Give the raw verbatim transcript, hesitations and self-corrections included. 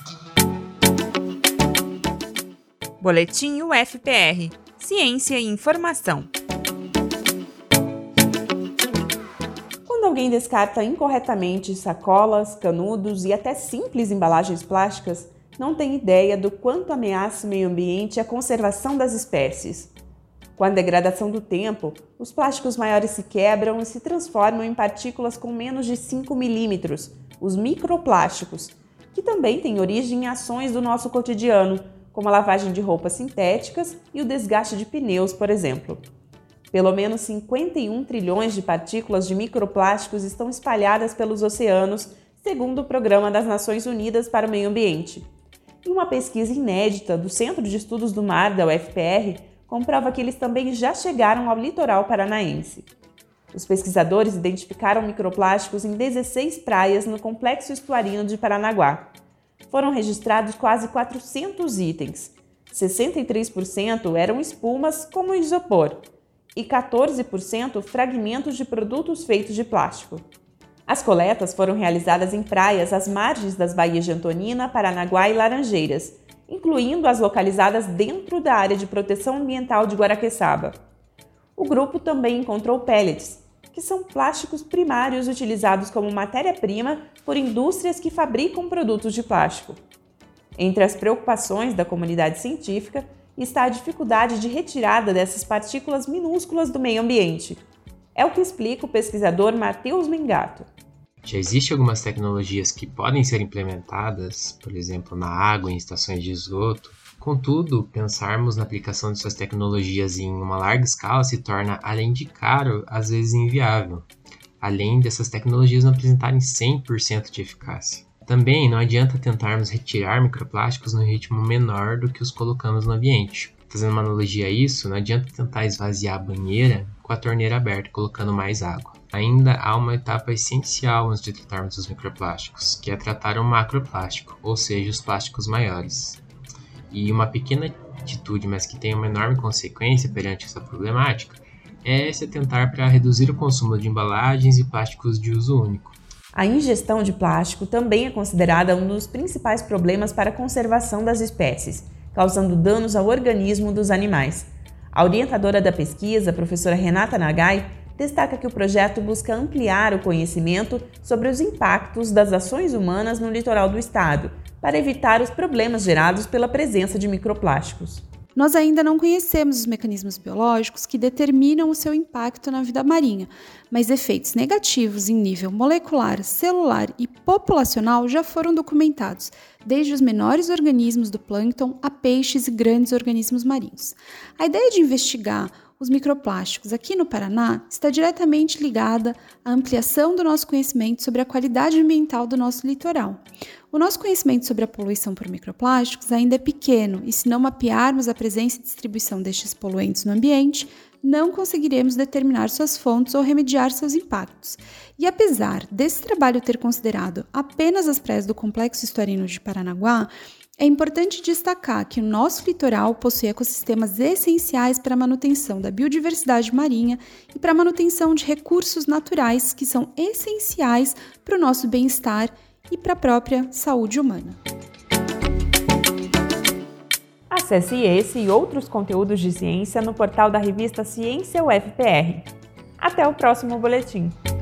Boletim U F P R. Ciência e informação. Quando alguém descarta incorretamente sacolas, canudos e até simples embalagens plásticas, não tem ideia do quanto ameaça o meio ambiente e a conservação das espécies. Com a degradação do tempo, os plásticos maiores se quebram e se transformam em partículas com menos de cinco milímetros, os microplásticos, que também têm origem em ações do nosso cotidiano, como a lavagem de roupas sintéticas e o desgaste de pneus, por exemplo. Pelo menos cinquenta e um trilhões de partículas de microplásticos estão espalhadas pelos oceanos, segundo o Programa das Nações Unidas para o Meio Ambiente. E uma pesquisa inédita do Centro de Estudos do Mar da U F P R comprova que eles também já chegaram ao litoral paranaense. Os pesquisadores identificaram microplásticos em dezesseis praias no Complexo Estuarino de Paranaguá. Foram registrados quase quatrocentos itens. sessenta e três por cento eram espumas como isopor e quatorze por cento fragmentos de produtos feitos de plástico. As coletas foram realizadas em praias às margens das baías de Antonina, Paranaguá e Laranjeiras, incluindo as localizadas dentro da área de proteção ambiental de Guaraqueçaba. O grupo também encontrou pellets, que são plásticos primários utilizados como matéria-prima por indústrias que fabricam produtos de plástico. Entre as preocupações da comunidade científica está a dificuldade de retirada dessas partículas minúsculas do meio ambiente. É o que explica o pesquisador Matheus Mengato. Já existem algumas tecnologias que podem ser implementadas, por exemplo, na água, em estações de esgoto. Contudo, pensarmos na aplicação dessas tecnologias em uma larga escala se torna, além de caro, às vezes inviável, além dessas tecnologias não apresentarem cem por cento de eficácia. Também não adianta tentarmos retirar microplásticos no ritmo menor do que os colocamos no ambiente. Fazendo uma analogia a isso, não adianta tentar esvaziar a banheira com a torneira aberta, colocando mais água. Ainda há uma etapa essencial antes de tratarmos os microplásticos, que é tratar o macroplástico, ou seja, os plásticos maiores. E uma pequena atitude, mas que tem uma enorme consequência perante essa problemática, é se atentar para reduzir o consumo de embalagens e plásticos de uso único. A ingestão de plástico também é considerada um dos principais problemas para a conservação das espécies, causando danos ao organismo dos animais. A orientadora da pesquisa, a professora Renata Nagai, destaca que o projeto busca ampliar o conhecimento sobre os impactos das ações humanas no litoral do estado, para evitar os problemas gerados pela presença de microplásticos. Nós ainda não conhecemos os mecanismos biológicos que determinam o seu impacto na vida marinha, mas efeitos negativos em nível molecular, celular e populacional já foram documentados, desde os menores organismos do plâncton a peixes e grandes organismos marinhos. A ideia de investigar os microplásticos aqui no Paraná está diretamente ligada à ampliação do nosso conhecimento sobre a qualidade ambiental do nosso litoral. O nosso conhecimento sobre a poluição por microplásticos ainda é pequeno e, se não mapearmos a presença e distribuição destes poluentes no ambiente, não conseguiremos determinar suas fontes ou remediar seus impactos. E apesar desse trabalho ter considerado apenas as praias do Complexo Estuarino de Paranaguá, é importante destacar que o nosso litoral possui ecossistemas essenciais para a manutenção da biodiversidade marinha e para a manutenção de recursos naturais que são essenciais para o nosso bem-estar e para a própria saúde humana. Acesse esse e outros conteúdos de ciência no portal da revista Ciência U F P R. Até o próximo boletim!